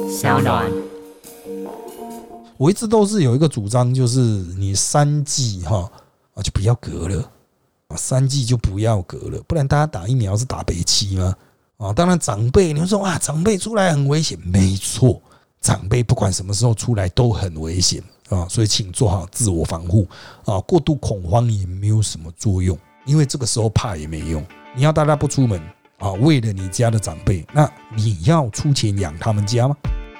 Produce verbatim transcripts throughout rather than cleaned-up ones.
小暖。 我一直都是有一个主张，就是你三剂哈啊就不要隔了啊，三剂就不要隔了，不然大家打疫苗是打北七吗？啊，当然长辈你们说啊，长辈出来很危险，没错，长辈不管什么时候出来都很危险啊，所以请做好自我防护啊，过度恐慌也没有什么作用，因为这个时候怕也没用。你要大家不出门啊，为了你家的长辈，那你要出钱养他们家吗？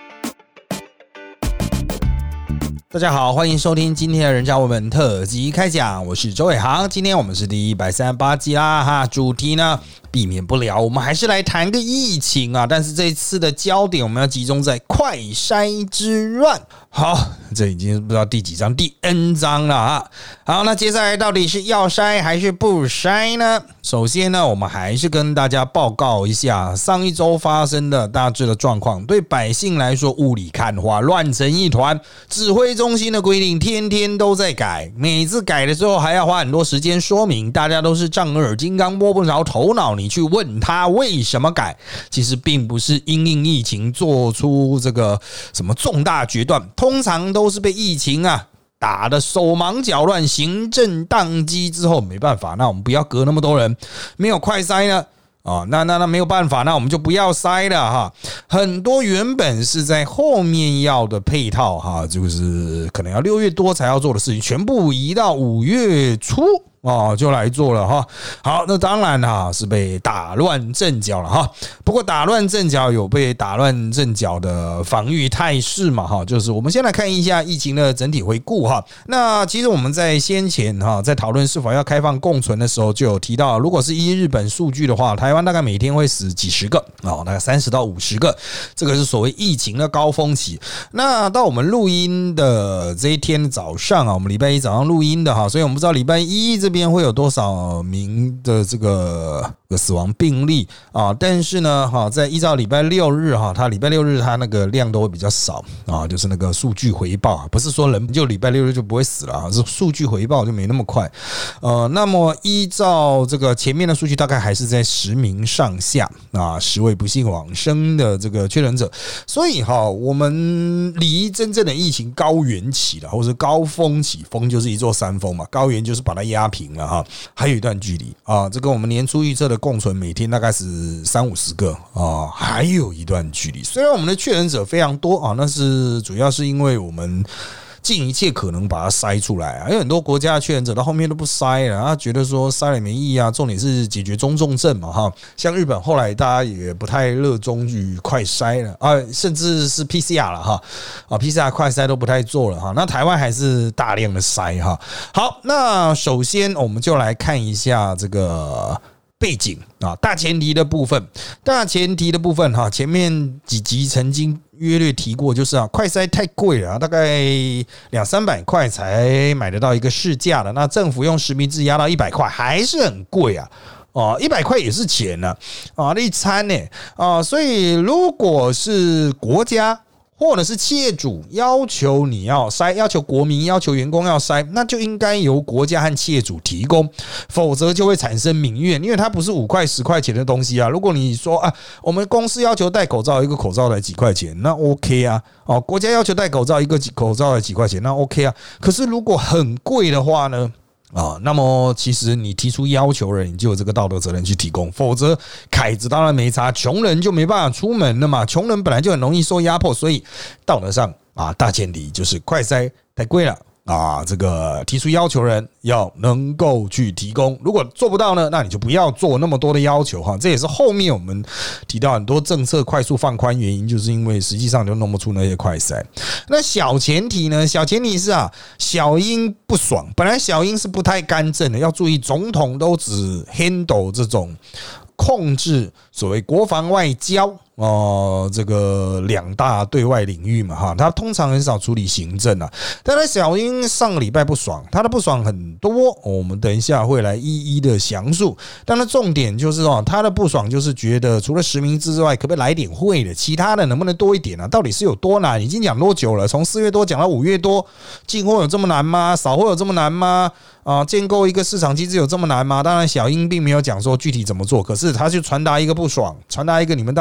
大家好，欢迎收听今天的人渣文本特辑开讲，我是周伟航。今天我们是第一百三十八集啦哈，主题呢避免不了，我们还是来谈个疫情啊，但是这一次的焦点我们要集中在快筛之乱。好，这已经不知道第几章，第 N 章了啊。好，那接下来到底是要筛还是不筛呢？首先呢，我们还是跟大家报告一下上一周发生的大致的状况。对百姓来说，雾里看花，乱成一团。指挥中心的规定天天都在改，每次改的时候还要花很多时间说明，大家都是丈二金刚摸不着头脑。你去问他为什么改，其实并不是因应疫情做出这个什么重大决断，通常都是被疫情啊打得手忙脚乱，行政宕机之后没办法，那我们不要隔那么多人，没有快筛呢哦，那那那没有办法，那我们就不要筛了哈。很多原本是在后面要的配套哈，就是可能要六月多才要做的事情，全部移到五月初。哦，就来做了哈。好，那当然哈是被打乱阵脚了哈。不过打乱阵脚有被打乱阵脚的防御态势嘛哈。就是我们先来看一下疫情的整体回顾哈。那其实我们在先前哈在讨论是否要开放共存的时候，就有提到，如果是依日本数据的话，台湾大概每天会死几十个哦，大概三十到五十个，这个是所谓疫情的高峰期。那到我们录音的这一天早上啊，我们礼拜一早上录音的哈，所以我们不知道礼拜一这这边会有多少名的这个死亡病例啊？但是呢，哈，在依照礼拜六日哈，它礼拜六日它那个量都会比较少啊，就是那个数据回报啊，不是说人就礼拜六日就不会死了啊，是数据回报就没那么快。呃，那么依照这个前面的数据，大概还是在十名上下啊，十位不幸往生的这个确诊者，所以哈，我们离真正的疫情高原期了，或是高峰期，峰就是一座山峰嘛，高原就是把它压平了哈，还有一段距离啊，这跟我们年初预测的共存每天大概是三五十个啊，还有一段距离。虽然我们的确诊者非常多啊，那是主要是因为我们尽一切可能把它筛出来啊，因为很多国家的确诊者到后面都不筛了，他觉得说筛了没意义啊，重点是解决中重症嘛哈。像日本后来大家也不太热衷于快筛了啊，甚至是 P C R 了哈啊 ，P C R 快筛都不太做了哈。那台湾还是大量的筛哈。好，那首先我们就来看一下这个背景啊，大前提的部分，大前提的部分哈，前面几集曾经约略提过，就是啊，快筛太贵了，大概两三百块才买得到一个市价的，那政府用实名制压到一百块，还是很贵啊。哦，一百块也是钱呢啊，一餐呢啊，所以如果是国家或者是企业主要求你要筛，要求国民、要求员工要筛，那就应该由国家和企业主提供，否则就会产生民怨，因为它不是五块十块钱的东西啊。如果你说啊，我们公司要求戴口罩，一个口罩才几块钱，那 OK 啊。哦，国家要求戴口罩，一个口罩才几块钱，那 OK 啊。可是如果很贵的话呢？啊，那么其实你提出要求人，你就有这个道德责任去提供，否则凯子当然没差，穷人就没办法出门了嘛。穷人本来就很容易受压迫，所以道德上啊，大前提就是快筛太贵了。啊，这个提出要求人要能够去提供，如果做不到呢，那你就不要做那么多的要求哈。这也是后面我们提到很多政策快速放宽原因，就是因为实际上就弄不出那些快筛。那小前提呢？小前提是啊，小英不爽，本来小英是不太干政的，要注意总统都只 handle 这种控制所谓国防外交。哦，这个两大对外领域嘛，哈，他通常很少处理行政啊。但是小英上个礼拜不爽，他的不爽很多，我们等一下会来一一的详述。但是重点就是哦，他的不爽就是觉得除了实名制之外，可不可以来点会的？其他的能不能多一点啊？到底是有多难？已经讲多久了？从四月多讲到五月多，进货有这么难吗？扫货有这么难吗？啊，建构一个市场机制有这么难吗？当然，小英并没有讲说具体怎么做，可是他就传达一个不爽，传达一个你们到底在冲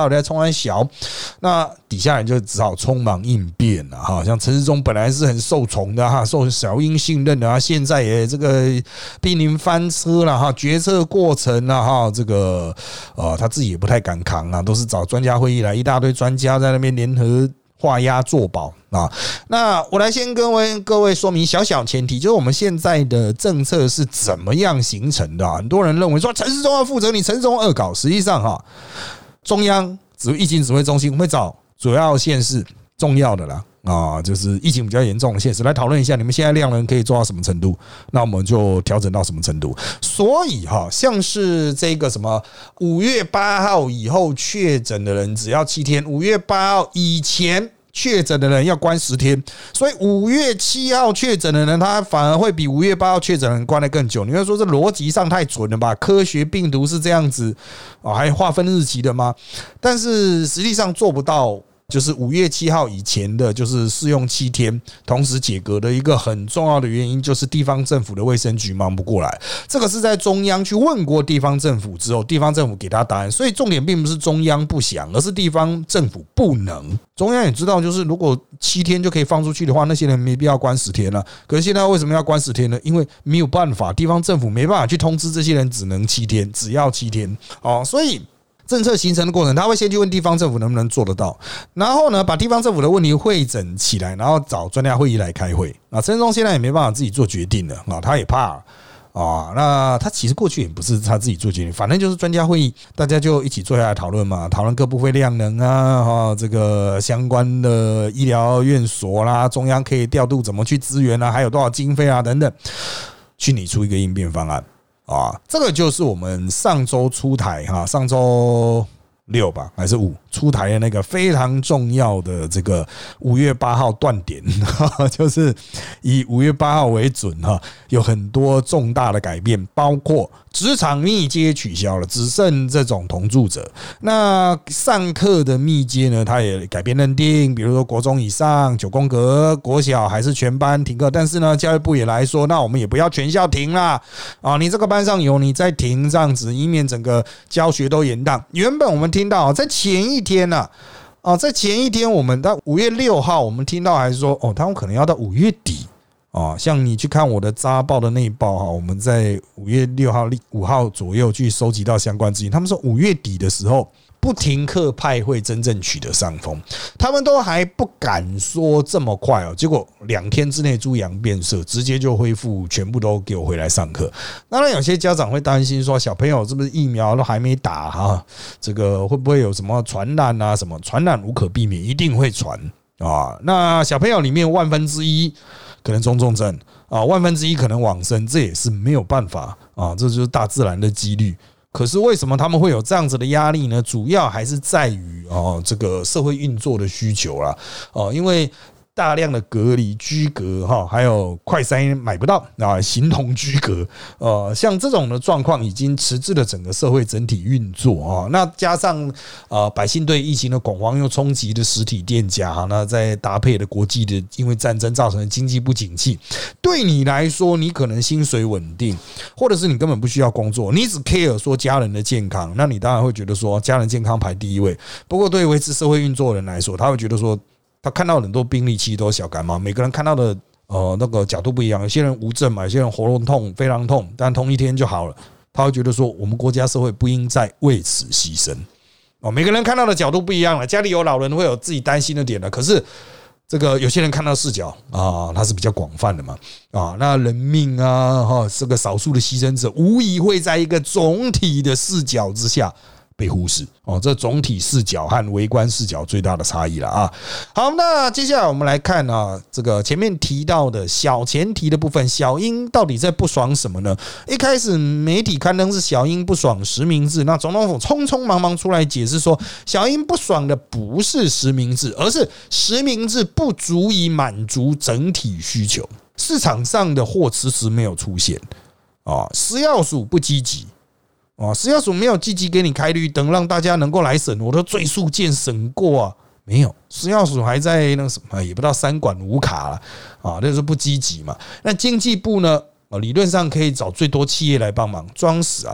然小，那底下人就只好匆忙应变了哈。像陈时中本来是很受宠的哈，受小英信任的啊，现在也这个濒临翻车了哈，决策过程了哈，这个呃他自己也不太敢扛啊，都是找专家会议来，一大堆专家在那边联合画押作保啊。那我来先跟各位说明小小前提，就是我们现在的政策是怎么样形成的啊。很多人认为说陈时中要负责，你陈时中恶搞，实际上哈，中央指疫情指挥中心会找主要县市重要的啦。啊，就是疫情比较严重的县市来讨论一下，你们现在量能可以做到什么程度？那我们就调整到什么程度？所以哈，像是这个什么五月八号以后确诊的人只要七天，五月八号以前确诊的人要关十天，所以五月七号确诊的人，他反而会比五月八号确诊的人关得更久。你会说这逻辑上太准了吧？科学病毒是这样子啊，还划分日期的吗？但是实际上做不到。就是五月七号以前的，就是试用七天，同时解隔的一个很重要的原因，就是地方政府的卫生局忙不过来。这个是在中央去问过地方政府之后，地方政府给他答案。所以重点并不是中央不想，而是地方政府不能。中央也知道，就是如果七天就可以放出去的话，那些人没必要关十天了。可是现在为什么要关十天呢？因为没有办法，地方政府没办法去通知这些人，只能七天，只要七天哦，所以。政策形成的过程，他会先去问地方政府能不能做得到，然后呢，把地方政府的问题汇整起来，然后找专家会议来开会。啊，陈时中现在也没办法自己做决定了啊，他也怕啊。那他其实过去也不是他自己做决定，反正就是专家会议，大家就一起坐下来讨论嘛，讨论各部会量能啊，这个相关的医疗院所啦，中央可以调度怎么去支援啊，还有多少经费啊等等，去拟出一个应变方案。啊，这个就是我们上周出台哈，上周六吧还是五出台的那个非常重要的这个五月八号断点，就是以五月八号为准哈，有很多重大的改变，包括职场密接取消了，只剩这种同住者。那上课的密接呢，它也改变认定，比如说国中以上九宫格，国小还是全班停课。但是呢，教育部也来说，那我们也不要全校停啦，啊，你这个班上有你再停这样子，以免整个教学都延宕。原本我们听到在前一天呢、啊，在前一天我们到五月六号，我们听到还是说，哦，他们可能要到五月底。啊，像你去看我的扎报的内报哈，我们在五月六号、五号左右去收集到相关资讯，他们说五月底的时候不停课派会真正取得上风，他们都还不敢说这么快哦，结果两天之内猪羊变色，直接就恢复，全部都给我回来上课。当然，有些家长会担心说，小朋友是不是疫苗都还没打哈，这个会不会有什么传染啊？什么传染无可避免，一定会传啊。那小朋友里面万分之一。可能中重症啊，万分之一可能往生，这也是没有办法啊，这就是大自然的几率。可是为什么他们会有这样子的压力呢？主要还是在于哦，这个社会运作的需求啦，哦，因为。大量的隔离居隔哈，还有快筛买不到啊，形同居隔。呃，像这种的状况已经迟滞了整个社会整体运作啊。那加上呃百姓对疫情的恐慌，又冲击的实体店家哈，那再搭配的国际的因为战争造成的经济不景气，对你来说，你可能薪水稳定，或者是你根本不需要工作，你只 care 说家人的健康，那你当然会觉得说家人健康排第一位。不过对于维持社会运作的人来说，他会觉得说。他看到很多病例，其实都是小感冒，每个人看到的呃那个角度不一样。有些人无症嘛，有些人喉咙痛、非常痛，但同一天就好了。他会觉得说，我们国家社会不应再为此牺牲。哦，每个人看到的角度不一样了。家里有老人会有自己担心的点了，可是这个有些人看到视角啊，它是比较广泛的嘛啊，那人命啊哈，这个少数的牺牲者，无疑会在一个总体的视角之下。被忽视哦，这总体视角和微观视角最大的差异了啊。好，那接下来我们来看啊，这个前面提到的小前提的部分，小英到底在不爽什么呢？一开始媒体刊登是小英不爽实名制，那总统府匆匆忙忙出来解释说，小英不爽的不是实名制，而是实名制不足以满足整体需求，市场上的货迟迟没有出现啊，食药署不积极。哦，食药署没有积极给你开绿灯，让大家能够来审，我都最速件审过啊，没有，食药署还在那什么，也不知道三管五卡了啊，那是不积极嘛。那经济部呢，理论上可以找最多企业来帮忙，装死啊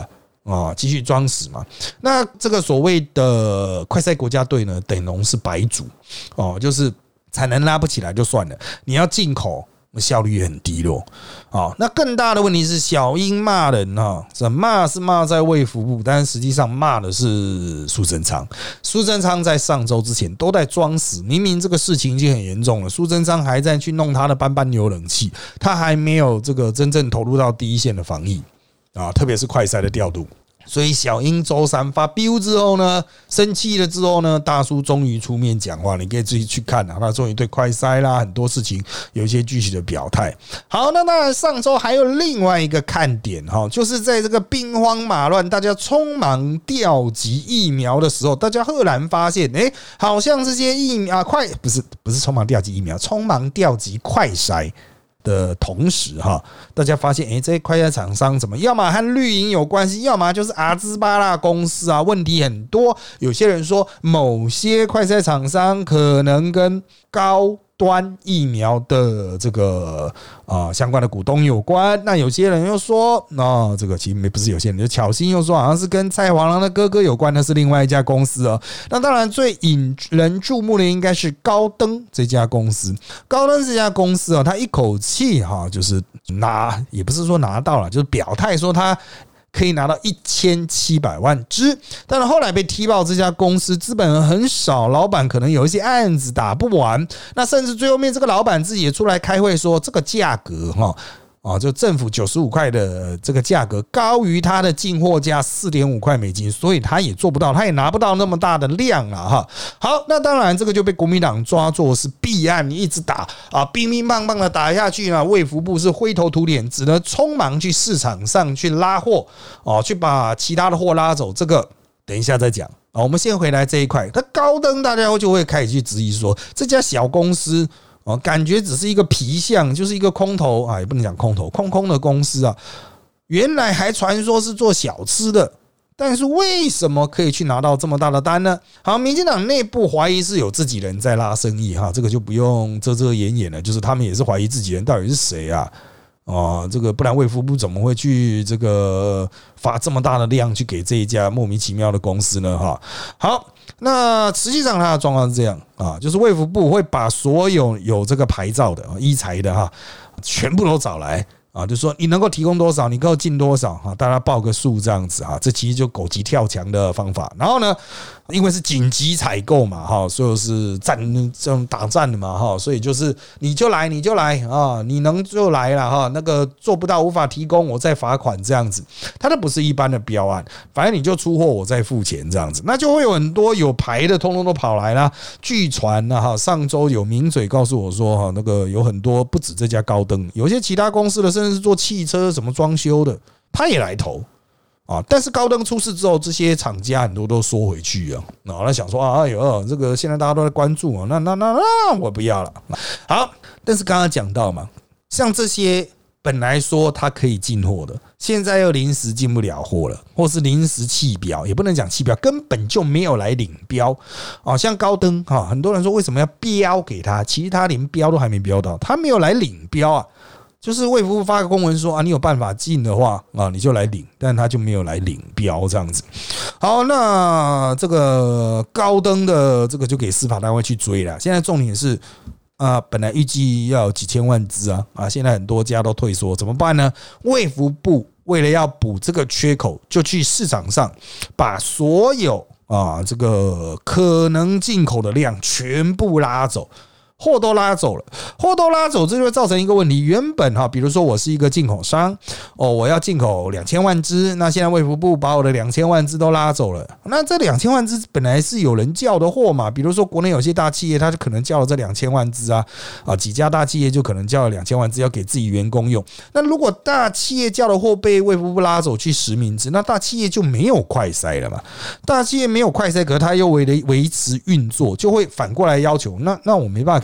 啊，继续装死嘛。那这个所谓的快筛国家队呢，等同是白组哦，就是产能拉不起来就算了，你要进口。效率也很低落，好，那更大的问题是小英骂人哈，这骂是骂在卫福部，但是实际上骂的是苏贞昌。苏贞昌在上周之前都在装死，明明这个事情已经很严重了，苏贞昌还在去弄他的班班牛冷气，他还没有这个真正投入到第一线的防疫啊，特别是快筛的调度。所以小英周三发 biu 之后呢，生气了之后呢，大叔终于出面讲话，你可以自己去看啊，他终于对快筛啦很多事情有一些具体的表态。好，那当然上周还有另外一个看点哈，就是在这个兵荒马乱，大家匆忙调集疫苗的时候，大家赫然发现，哎、欸，好像这些疫苗快不是不是匆忙调集疫苗，匆忙调集快筛。的同时哈，大家发现，哎、欸，这些快筛厂商怎么，要么和绿营有关系，要么就是阿兹巴拉公司啊，问题很多。有些人说，某些快筛厂商可能跟高端疫苗的这个啊、呃、相关的股东有关，那有些人又说，哦，这个其实没不是有些人，就巧心又说好像是跟蔡黄郎的哥哥有关，那是另外一家公司哦。那当然最引人注目的应该是高登这家公司，高登这家公司啊，他一口气哈就是拿，也不是说拿到了，就是表态说他。可以拿到一千七百万支，但是后来被踢爆这家公司资本很少，老板可能有一些案子打不完，那甚至最后面这个老板自己也出来开会说，这个价格哈。啊，就政府九十五块的这个价格高于它的进货价 四点五块美金，所以他也做不到，他也拿不到那么大的量了哈。好，那当然这个就被国民党抓作是弊案，你一直打啊，乒乒乓乓的打下去呢，卫福部是灰头土脸，只能匆忙去市场上去拉货哦，去把其他的货拉走。这个等一下再讲啊，我们先回来这一块。它高登大家就会开始去质疑说，这家小公司。哦，感觉只是一个皮相，就是一个空头啊，也不能讲空头，空空的公司啊。原来还传说是做小吃的，但是为什么可以去拿到这么大的单呢？好，民进党内部怀疑是有自己人在拉生意哈，这个就不用遮遮掩掩了，就是他们也是怀疑自己人到底是谁啊？哦，这个不然卫福部怎么会去这个发这么大的量去给这一家莫名其妙的公司呢？哈，好。那实际上它的状况是这样啊，就是卫福部会把所有有这个牌照的医材的哈，全部都找来啊，就说你能够提供多少，你能够进多少哈，大家报个数这样子哈，这其实就狗急跳墙的方法。然后呢，因为是紧急采购嘛哈，所以是战这种打战的嘛哈，所以就是你就来你就来啊，你能就来了哈，那个做不到无法提供我再罚款这样子，它都不是一般的标案，反正你就出货我再付钱这样子，那就会有很多有牌的通通都跑来啦。据传呢哈，上周有名嘴告诉我说哈，那个有很多不止这家高登，有些其他公司的甚至是做汽车什么装修的，他也来投。啊！但是高登出事之后，这些厂家很多都缩回去啊。然后他想说啊，哎呦，这个现在大家都在关注啊，那那那那我不要了。好，但是刚刚讲到嘛，像这些本来说它可以进货的，现在又临时进不了货了，或是临时弃标，也不能讲弃标，根本就没有来领标啊。像高登哈，很多人说为什么要标给他？其实他连标都还没标到，他没有来领标啊。就是卫福部发个公文说啊，你有办法进的话啊，你就来领，但他就没有来领标这样子。好，那这个高登的这个就给司法单位去追了。现在重点是啊，本来预计要有几千万支啊，啊，现在很多家都退缩，怎么办呢？卫福部为了要补这个缺口，就去市场上把所有啊这个可能进口的量全部拉走。货都拉走了，货都拉走，这就会造成一个问题。原本哈，比如说我是一个进口商，哦，我要进口两千万支，那现在卫福部把我的两千万支都拉走了，那这两千万支本来是有人叫的货嘛，比如说国内有些大企业，他就可能叫了这两千万支啊，啊，几家大企业就可能叫了两千万支要给自己员工用。那如果大企业叫的货被卫福部拉走去实名制，那大企业就没有快筛了嘛？大企业没有快筛，可是他又为了维持运作，就会反过来要求，那那我没办法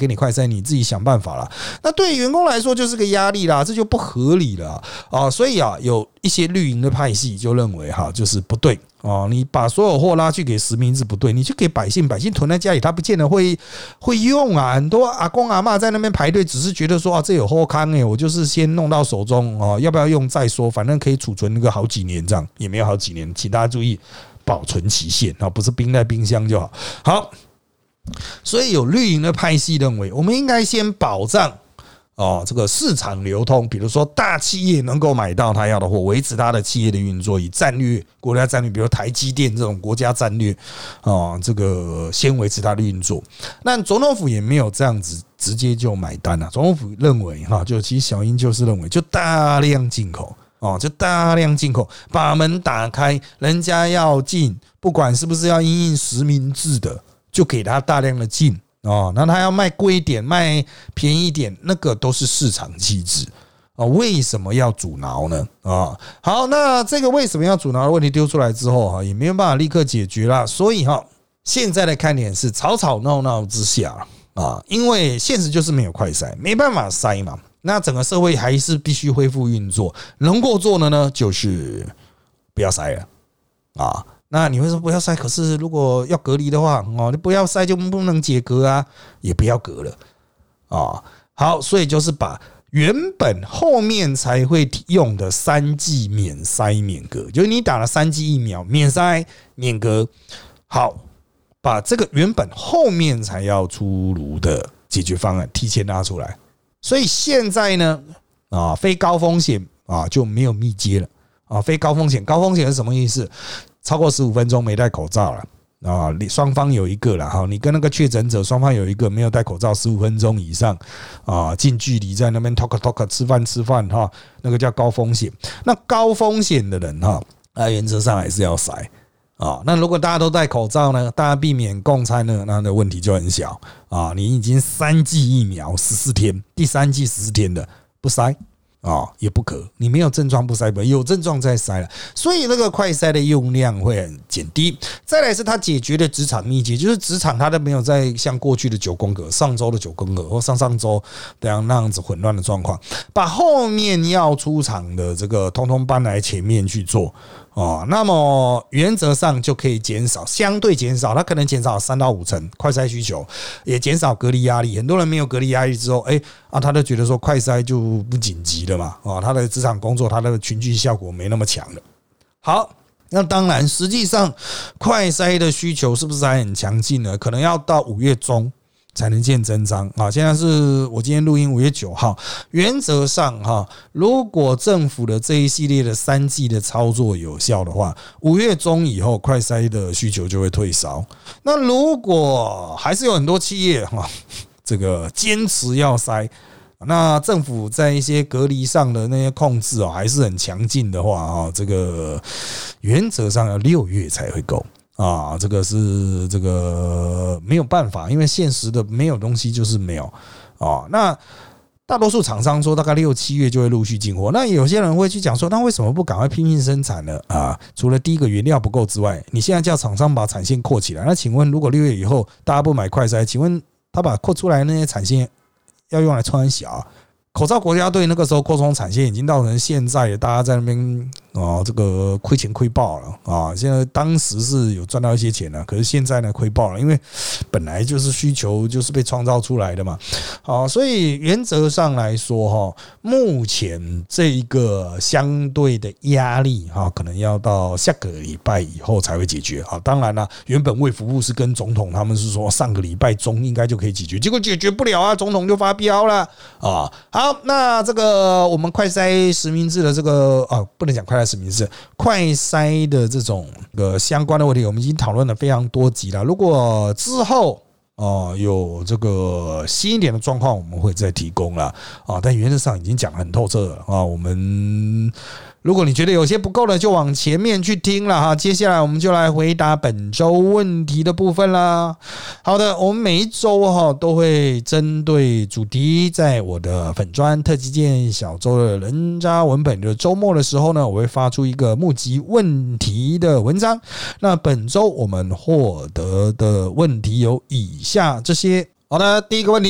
给你快筛，你自己想办法啦。那对员工来说就是个压力啦，这就不合理了啊！所以啊，有一些绿营的派系就认为哈，就是不对哦，你把所有货拉去给实名制不对，你就给百姓，百姓囤在家里，他不见得会会用啊。很多阿公阿嬷在那边排队，只是觉得说啊，这有货康哎，我就是先弄到手中哦，要不要用再说，反正可以储存那个好几年，这样也没有好几年，请大家注意保存期限啊，不是冰在冰箱就好。好。所以有绿营的派系认为，我们应该先保障哦这个市场流通，比如说大企业能够买到他要的货，维持他的企业的运作，以战略国家战略，比如台积电这种国家战略哦，这个先维持它的运作。那总统府也没有这样子直接就买单啊，总统府认为哈，就其实小英就是认为，就大量进口。哦，就大量进口，把门打开，人家要进，不管是不是要因应实名制的，就给他大量的进哦。那他要卖贵一点，卖便宜一点，那个都是市场机制哦。为什么要阻挠呢？啊，好，那这个为什么要阻挠的问题丢出来之后哈，也没有办法立刻解决啦。所以哈，现在的看点是吵吵闹闹之下啊，因为现实就是没有快筛，没办法筛嘛。那整个社会还是必须恢复运作，能够做的呢，就是不要筛了啊。那你会说不要筛，可是如果要隔离的话，哦，你不要筛就不能解隔啊，也不要隔了啊。好，所以就是把原本后面才会用的三剂免筛免隔，就是你打了三剂疫苗，免筛免隔，好，把这个原本后面才要出炉的解决方案提前拉出来。所以现在呢，啊，非高风险啊就没有密接了啊，非高风险，高风险是什么意思？超过十五分钟没戴口罩了啊，双方有一个了哈，你跟那个确诊者双方有一个没有戴口罩十五分钟以上啊，近距离在那边 talk talk 吃饭吃饭哈，那个叫高风险。那高风险的人哈，那原则上还是要筛。啊，那如果大家都戴口罩呢，大家避免共餐呢，那的问题就很小啊。你已经三剂疫苗十四天，第三剂十四天的不筛啊也不可，你没有症状不筛，有症状再筛了，所以那个快筛的用量会很减低。再来是它解决的职场密集，就是职场它都没有在像过去的九宫格、上周的九宫格或上上周这样那样子混乱的状况，把后面要出场的这个通通搬来前面去做。哦，那么原则上就可以减少，相对减少，它可能减少三到五成快筛需求，也减少隔离压力。很多人没有隔离压力之后，哎、欸、啊，他就觉得说快筛就不紧急了嘛，哦，他的职场工作，他的群聚效果没那么强了。好，那当然，实际上快筛的需求是不是还很强劲呢？可能要到五月中才能见真章啊！现在是我今天录音五月九号，原则上哈，如果政府的这一系列的三剂的操作有效的话，五月中以后快筛的需求就会退烧。那如果还是有很多企业哈，这个坚持要筛，那政府在一些隔离上的那些控制哦还是很强劲的话啊，这个原则上要六月才会够。啊，这个是这个没有办法，因为现实的没有东西就是没有啊。那大多数厂商说大概六七月就会陆续进货，那有些人会去讲说，那为什么不赶快拼命生产呢？啊，除了第一个原料不够之外，你现在叫厂商把产线扩起来，那请问如果六月以后大家不买快筛，请问他把扩出来那些产线要用来穿小？口罩国家队那个时候扩充产线已经到成现在大家在那边哦，这个亏钱亏爆了啊！现在当时是有赚到一些钱了，可是现在呢亏爆了，因为本来就是需求就是被创造出来的嘛。好，所以原则上来说哈，目前这一个相对的压力哈，可能要到下个礼拜以后才会解决啊。当然了，原本卫福部是跟总统他们是说上个礼拜中应该就可以解决，结果解决不了啊，总统就发飙了啊。好，那这个我们快筛实名制的这个啊，不能讲快筛实名制，快筛的这种个相关的问题，我们已经讨论了非常多集了。如果之后哦有这个新一点的状况，我们会再提供了啊。但原则上已经讲很透彻了啊。我们如果你觉得有些不够的，就往前面去听了哈。接下来我们就来回答本周问题的部分啦。好的，我们每一周哈都会针对主题，在我的粉专特级见小周的人渣文本的周末的时候呢，我会发出一个募集问题的文章。那本周我们获得的问题有以下这些。好的，第一个问题，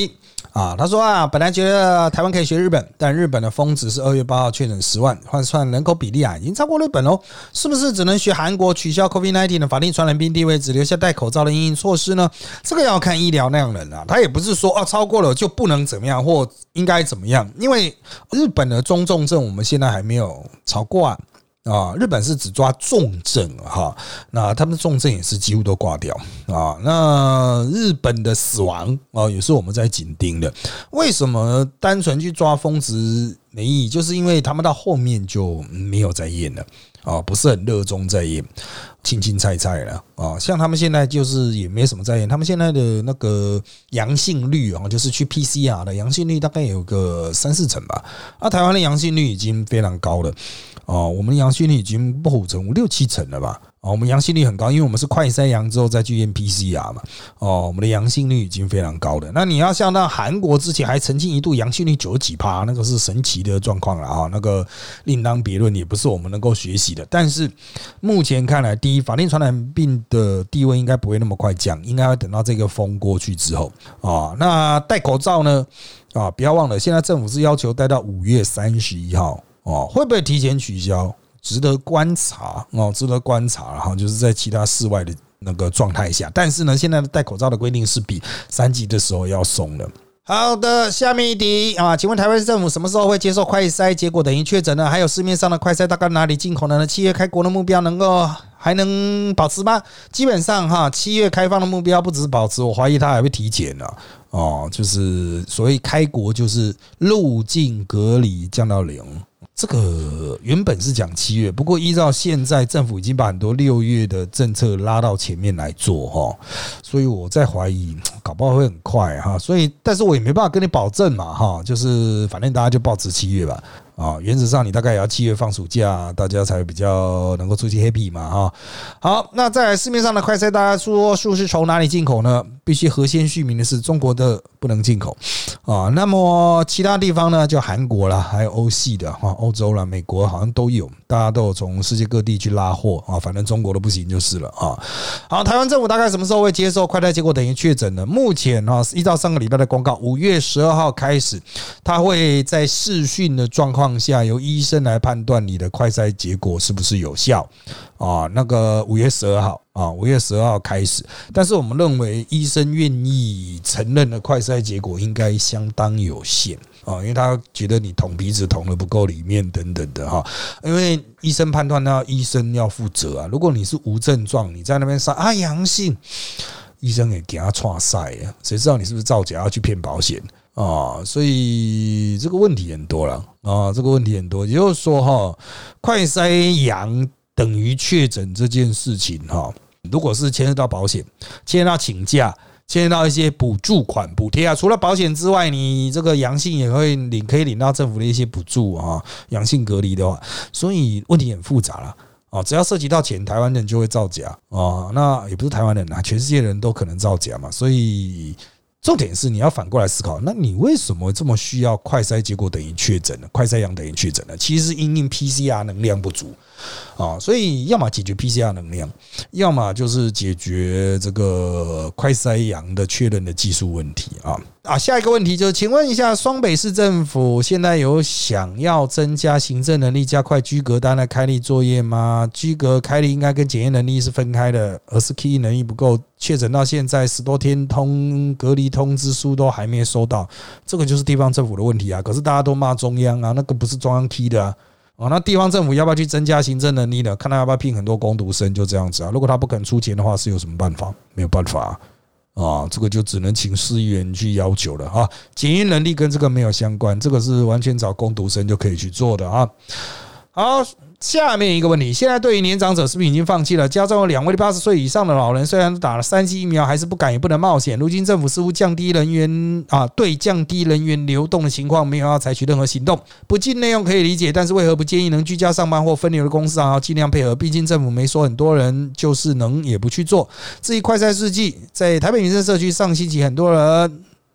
啊，他说啊，本来觉得台湾可以学日本，但日本的峰值是二月八号确诊十万，换算人口比例啊，已经超过日本喽。是不是只能学韩国取消 COVID 十九 的法定传染病地位，只留下戴口罩的因应措施呢？这个要看医疗量人啊，他也不是说啊超过了就不能怎么样或应该怎么样，因为日本的中重症我们现在还没有超过啊。啊，日本是只抓重症哈，那他们的重症也是几乎都挂掉啊。那日本的死亡啊，也是我们在紧盯的。为什么单纯去抓峰值没意义？就是因为他们到后面就没有再验了啊，不是很热衷在验，青青菜菜了啊。像他们现在就是也没什么在验，他们现在的那个阳性率啊，就是去 P C R 的阳性率大概有个三四成吧。啊，台湾的阳性率已经非常高了。哦，我们的阳性率已经不护成五六七成了吧？哦，我们阳性率很高，因为我们是快筛阳之后再去验 P C R 嘛。哦，我们的阳性率已经非常高了。那你要像那韩国之前还曾经一度阳性率九十几趴，那个是神奇的状况了啊，那个另当别论，也不是我们能够学习的。但是目前看来，第一，法定传染病的地位应该不会那么快降，应该要等到这个风过去之后啊。那戴口罩呢？啊，不要忘了，现在政府是要求戴到五月三十一号。哦，会不会提前取消？值得观察哦，值得观察哈，就是在其他室外的那个状态下，但是呢，现在的戴口罩的规定是比三级的时候要松了。好的，下面一题啊，请问台湾市政府什么时候会接受快筛结果等于确诊呢？还有市面上的快筛大概哪里进口呢？七月开国的目标能够还能保持吗？基本上哈，七月开放的目标不只是保持，我怀疑它还会提前了。哦，就是所谓开国，就是入境隔离降到零。这个原本是讲七月，不过依照现在政府已经把很多六月的政策拉到前面来做哈，所以我在怀疑搞不好会很快哈，所以但是我也没办法跟你保证嘛哈，就是反正大家就抱持七月吧。啊，原则上你大概也要七月放暑假，大家才比较能够出去 happy 嘛哈。好，那再来市面上的快筛，大家说数是从哪里进口呢？必须核先续明的是中国的不能进口啊。那么其他地方呢，就韩国啦，还有欧系的哈，欧洲啦、美国好像都有，大家都有从世界各地去拉货啊。反正中国的不行就是了啊。好，台湾政府大概什么时候会接受快筛结果等于确诊呢？目前啊，依照上个礼拜的公告，五月十二号开始，他会在视讯的状况下由医生来判断你的快筛结果是不是有效啊？那个五月十二号啊，五月十二号开始，但是我们认为医生愿意承认的快筛结果应该相当有限啊，因为他觉得你捅鼻子捅的不够里面等等的哈，因为医生判断呢，医生要负责啊。如果你是无症状，你在那边说啊阳性，医生也给他剉赛啊，谁知道你是不是造假要去骗保险？啊，所以这个问题很多了啊，这个问题很多，也就是说哈，快筛阳等于确诊这件事情哈，如果是牵涉到保险，牵涉到请假，牵涉到一些补助款、补贴啊，除了保险之外，你这个阳性也会领，可以领到政府的一些补助啊，阳性隔离的话，所以问题很复杂了。哦，只要涉及到钱，台湾人就会造假哦。那也不是台湾人啊，全世界人都可能造假嘛，所以。重点是你要反过来思考，那你为什么这么需要快筛结果等于确诊呢？快筛阳等于确诊呢？其实是因应 P C R 能量不足啊，所以要么解决 P C R 能量，要么就是解决这个快筛阳的确认的技术问题啊。啊，下一个问题就是，请问一下，双北市政府现在有想要增加行政能力，加快居隔单的开立作业吗？居隔开立应该跟检验能力是分开的，而是 key 能力不够，确诊到现在十多天通隔离通知书都还没收到，这个就是地方政府的问题啊。可是大家都骂中央啊，那个不是中央 key 的啊。哦，那地方政府要不要去增加行政能力呢？看他要不要聘很多工读生，就这样子啊。如果他不肯出钱的话，是有什么办法？没有办法啊。啊，这个就只能请市议员去要求了啊。检验能力跟这个没有相关，这个是完全找工读生就可以去做的啊。好，下面一个问题，现在对于年长者是不是已经放弃了？家中有两位八十岁以上的老人，虽然打了三剂疫苗，还是不敢也不能冒险。如今政府似乎降低人员啊，对降低人员流动的情况没有要采取任何行动。不尽内容可以理解，但是为何不建议能居家上班或分流的公司啊，尽量配合？毕竟政府没说很多人就是能也不去做。至于快筛试剂，在台北民生社区上星期很多人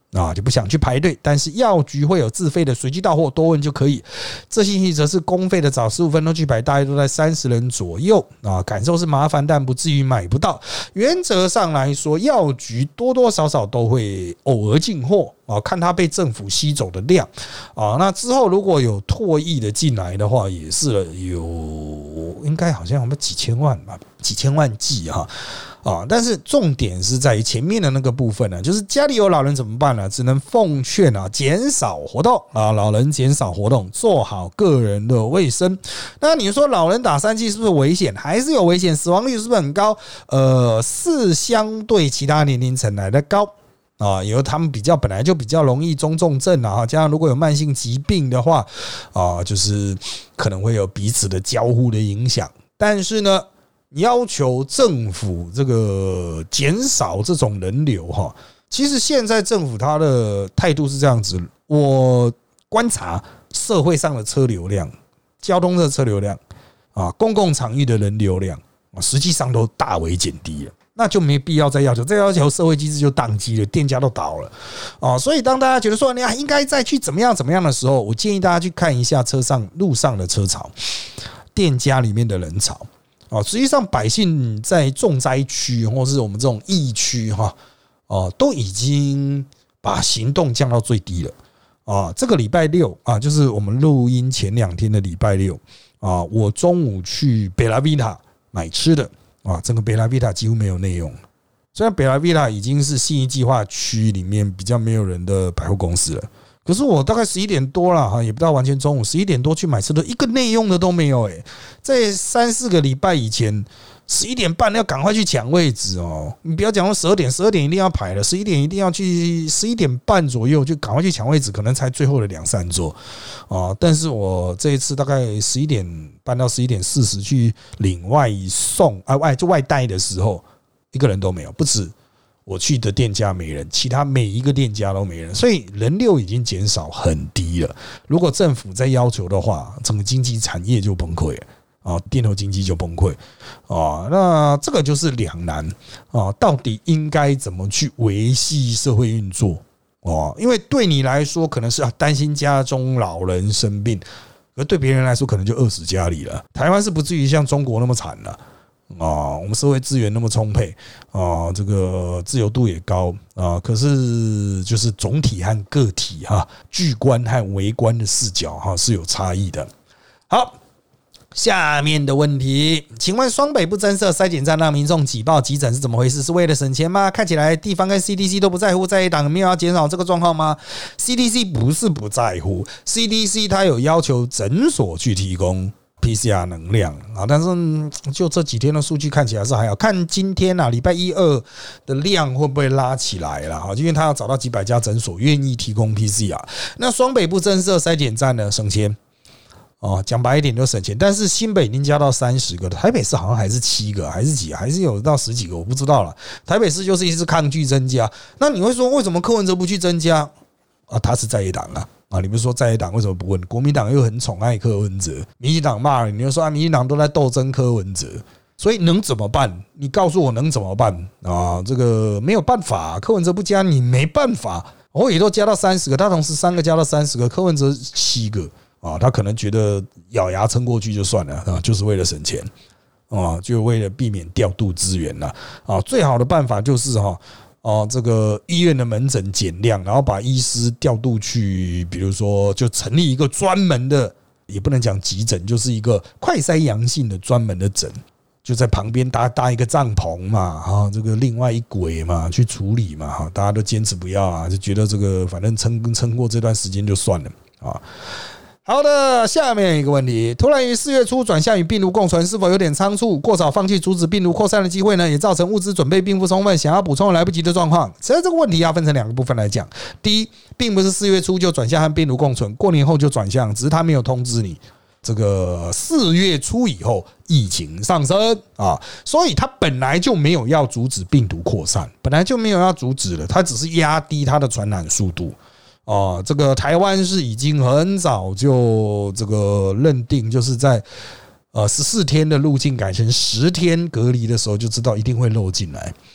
啊，就不想去排队，但是药局会有自费的随机到货，多问就可以。这星期则是公费的，早十五分钟去排，大概都在三十人左右啊。感受是麻烦，但不至于买不到。原则上来说，药局多多少少都会偶尔进货啊，看它被政府吸走的量啊。那之后如果有唾液的进来的话，也是了，有应该好像我们几千万吧，几千万剂哈。啊，但是重点是在于前面的那个部分呢，就是家里有老人怎么办呢？只能奉劝啊，减少活动啊，老人减少活动，做好个人的卫生。那你说老人打三剂是不是危险？还是有危险？死亡率是不是很高？呃，是相对其他年龄层来的高。啊，因为他们比较本来就比较容易中重症啊，加上如果有慢性疾病的话，啊，就是可能会有彼此的交互的影响。但是呢，要求政府这个减少这种人流哈，其实现在政府他的态度是这样子，我观察社会上的车流量、交通的车流量啊、公共场域的人流量，实际上都大为减低了。那就没必要再要求，再要求社会机制就宕机了，店家都倒了哦。所以当大家觉得说你应该再去怎么样怎么样的时候，我建议大家去看一下车上路上的车潮，店家里面的人潮哦。实际上百姓在重灾区或是我们这种疫区哈哦，都已经把行动降到最低了啊。这个礼拜六啊，就是我们录音前两天的礼拜六啊，我中午去贝拉维塔买吃的。啊，整个贝拉维塔几乎没有内用。虽然贝拉维塔已经是信义计划区里面比较没有人的百货公司了，可是我大概十一点多了哈，也不到完全中午，十一点多去买吃的，一个内用的都没有哎。在三四个礼拜以前，十一点半要赶快去抢位置哦。你不要讲说十二点，十二点一定要排了，十一点一定要去，十一点半左右就赶快去抢位置，可能才最后的两三桌啊。但是我这一次大概十一点半到十一点四十去领外送啊外就外带的时候，一个人都没有，不止我去的店家没人，其他每一个店家都没人，所以人流已经减少很低了。如果政府再要求的话，整个经济产业就崩溃了。啊，店头经济就崩溃啊，那这个就是两难啊，到底应该怎么去维系社会运作啊？因为对你来说可能是担心家中老人生病，而对别人来说可能就饿死家里了。台湾是不至于像中国那么惨了啊，我们社会资源那么充沛啊，这个自由度也高啊，可是就是总体和个体哈，巨观和微观的视角哈是有差异的。好。下面的问题，请问双北不增设筛检站让民众挤爆急诊是怎么回事？是为了省钱吗？看起来地方跟 C D C 都不在乎，在野党没有要减少这个状况吗？ C D C 不是不在乎， C D C 它有要求诊所去提供 P C R 能量啊，但是就这几天的数据看起来是还好，看今天啊礼拜一二的量会不会拉起来啦，因为他要找到几百家诊所愿意提供 P C R。 那双北不增设筛检站呢，省钱哦，讲白一点就省钱，但是新北已经加到三十个，台北市好像还是七个，还是几，还是有到十几个，我不知道了。台北市就是一直抗拒增加。那你会说为什么柯文哲不去增加啊？他是在野党啊，啊，你们说在野党为什么不问？国民党又很宠爱柯文哲，民进党骂你，你就说啊，民进党都在斗争柯文哲，所以能怎么办？你告诉我能怎么办啊？这个没有办法，柯文哲不加你没办法，我也都加到三十个，他同时三个加到三十个，柯文哲七个。啊，他可能觉得咬牙撑过去就算了啊，就是为了省钱啊，就为了避免调度资源了啊。最好的办法就是哈，哦，这个医院的门诊减量，然后把医师调度去，比如说就成立一个专门的，也不能讲急诊，就是一个快筛阳性的专门的诊，就在旁边搭搭一个帐篷嘛，哈，这个另外一轨嘛去处理嘛，哈，大家都坚持不要啊，就觉得这个反正撑撑过这段时间就算了啊。好的，下面一个问题，突然于四月初转向与病毒共存，是否有点仓促？过早放弃阻止病毒扩散的机会呢？也造成物资准备并不充分，想要补充来不及的状况。其实这个问题要分成两个部分来讲。第一，并不是四月初就转向和病毒共存，过年后就转向，只是他没有通知你。这个四月初以后疫情上升啊，所以他本来就没有要阻止病毒扩散，本来就没有要阻止了，他只是压低它的传染速度。哦，这个台湾是已经很早就这个认定，就是在呃十四天的路径改成十天隔离的时候，就知道一定会漏进来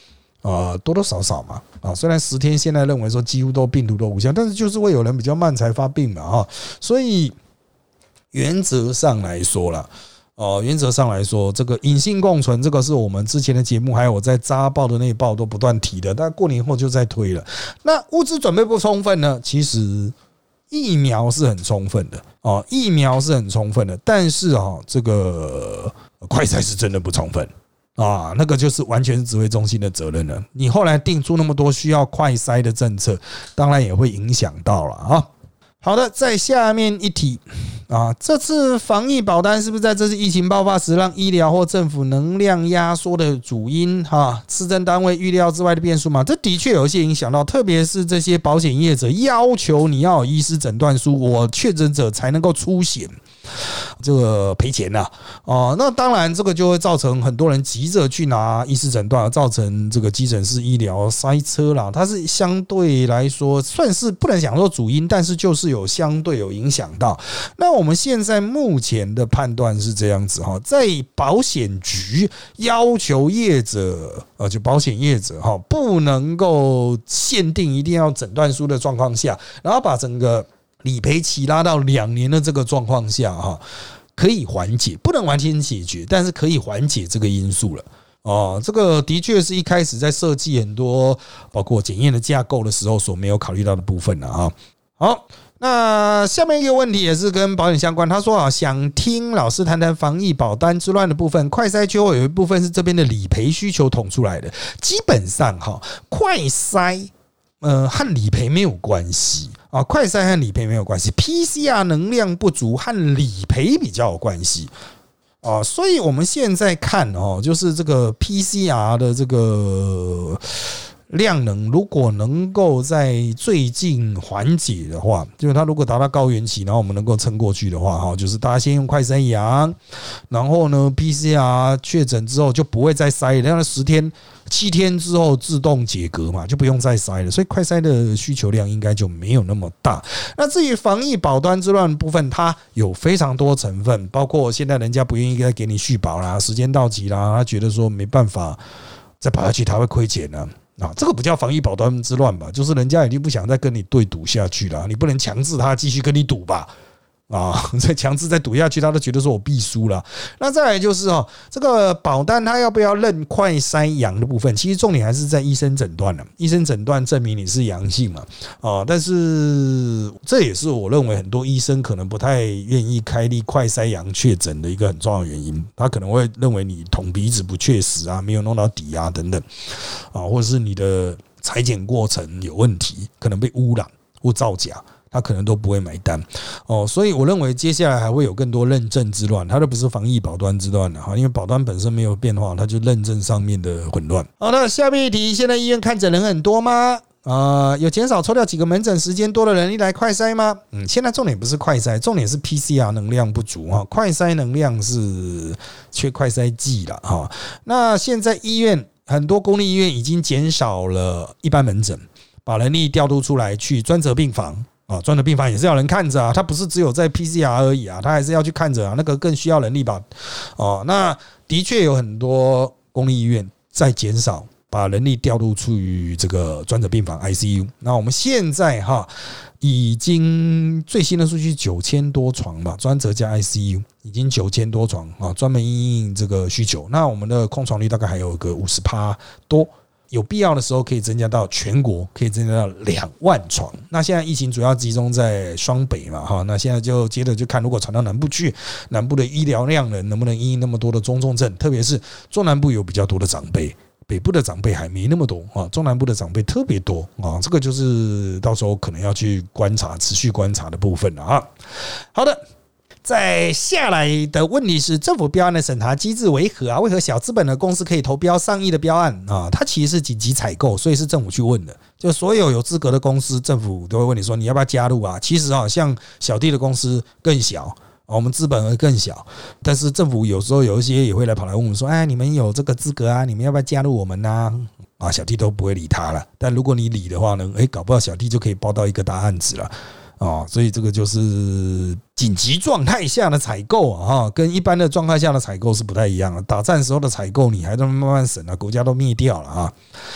呃，多多少少嘛，啊，虽然十天现在认为说几乎都病毒都无效，但是就是会有人比较慢才发病嘛，哈，所以原则上来说啦。哦，原则上来说，这个隐性共存，这个是我们之前的节目，还有我在扎报的那一报都不断提的，但过年后就在推了。那物资准备不充分呢？其实疫苗是很充分的哦，疫苗是很充分的，但是啊，这个快筛是真的不充分啊，那个就是完全是指挥中心的责任了。你后来定出那么多需要快筛的政策，当然也会影响到了啊。好的，在下面一题啊，这次防疫保单是不是在这次疫情爆发时让医疗或政府能量压缩的主因？哈，市政单位预料之外的变数嘛，这的确有一些影响到，特别是这些保险业者要求你要有医师诊断书，我确诊者才能够出险。这个赔钱呐，哦，那当然这个就会造成很多人急着去拿医师诊断，造成这个急诊室医疗塞车啦。它是相对来说算是不能讲说主因，但是就是有相对有影响到。那我们现在目前的判断是这样子哈，在保险局要求业者，呃，就保险业者哈，不能够限定一定要诊断书的状况下，然后把整个理赔期拉到两年的这个状况下，哈，可以缓解，不能完全解决，但是可以缓解这个因素了。哦，这个的确是一开始在设计很多包括检验的架构的时候所没有考虑到的部分了啊。好，那下面一个问题也是跟保险相关，他说啊，想听老师谈谈防疫保单之乱的部分。快筛缺货有一部分是这边的理赔需求捅出来的，基本上哈，快筛呃和理赔没有关系。啊，快筛和理赔没有关系 ，P C R 能量不足和理赔比较有关系啊，所以我们现在看哦，就是这个 P C R 的这个量能，如果能够在最近缓解的话，就是它如果达到高原期，然后我们能够撑过去的话，哈，就是大家先用快筛阳，然后呢 P C R 确诊之后就不会再筛了，那十天。七天之后自动解隔嘛，就不用再筛了，所以快筛的需求量应该就没有那么大。那至于防疫保单之乱的部分，它有非常多成分，包括现在人家不愿意再给你续保啦，时间到期啦，他觉得说没办法再保下去，他会亏钱呢。啊，这个不叫防疫保单之乱吧？就是人家已经不想再跟你对赌下去了，你不能强制他继续跟你赌吧？啊，再强制再赌下去，他都觉得说我必输了。那再来就是哦，这个保单他要不要认快筛阳的部分，其实重点还是在医生诊断了。医生诊断证明你是阳性嘛，啊，但是这也是我认为很多医生可能不太愿意开立快筛阳确诊的一个很重要的原因。他可能会认为你捅鼻子不确实啊，没有弄到底啊等等，啊，或者是你的采检过程有问题，可能被污染或造假。他可能都不会买单哦，所以我认为接下来还会有更多认证之乱，它都不是防疫保单之乱了哈，因为保单本身没有变化，它就认证上面的混乱。好的，下面一题，现在医院看诊人很多吗？啊，有减少抽掉几个门诊时间多的人力来快筛吗？嗯，现在重点不是快筛，重点是 P C R 能量不足哈，快筛能量是缺快筛剂了哈。那现在医院很多公立医院已经减少了一般门诊，把人力调度出来去专责病房。啊，专责病房也是要人看着啊，它不是只有在 P C R 而已啊，它还是要去看着啊，那个更需要人力吧？哦，那的确有很多公立医院在减少，把人力调度出于这个专责病房 I C U。那我们现在哈已经最新的数据九千多床吧，专责加 I C U 已经九千多床啊，专门因应这个需求。那我们的空床率大概还有个五十趴多。有必要的时候可以增加到全国，可以增加到两万床。那现在疫情主要集中在双北嘛，哈，那现在就接着就看，如果传到南部去，南部的医疗量能能不能因应那么多的中重症，特别是中南部有比较多的长辈，北部的长辈还没那么多啊，中南部的长辈特别多啊，这个就是到时候可能要去观察、持续观察的部分了啊。好的。再下来的问题是，政府标案的审查机制为何啊？为何小资本的公司可以投标上亿的标案啊？它其实是紧急采购，所以是政府去问的。就所有有资格的公司，政府都会问你说你要不要加入啊？其实啊，像小弟的公司更小，我们资本额更小，但是政府有时候有一些也会来跑来问我们说，哎，你们有这个资格啊？你们要不要加入我们呢？啊，小弟都不会理他了。但如果你理的话呢，哎，搞不好小弟就可以包到一个大案子了。哦，所以这个就是紧急状态下的采购啊，跟一般的状态下的采购是不太一样的。打战时候的采购，你还在慢慢审啊，国家都灭掉了啊。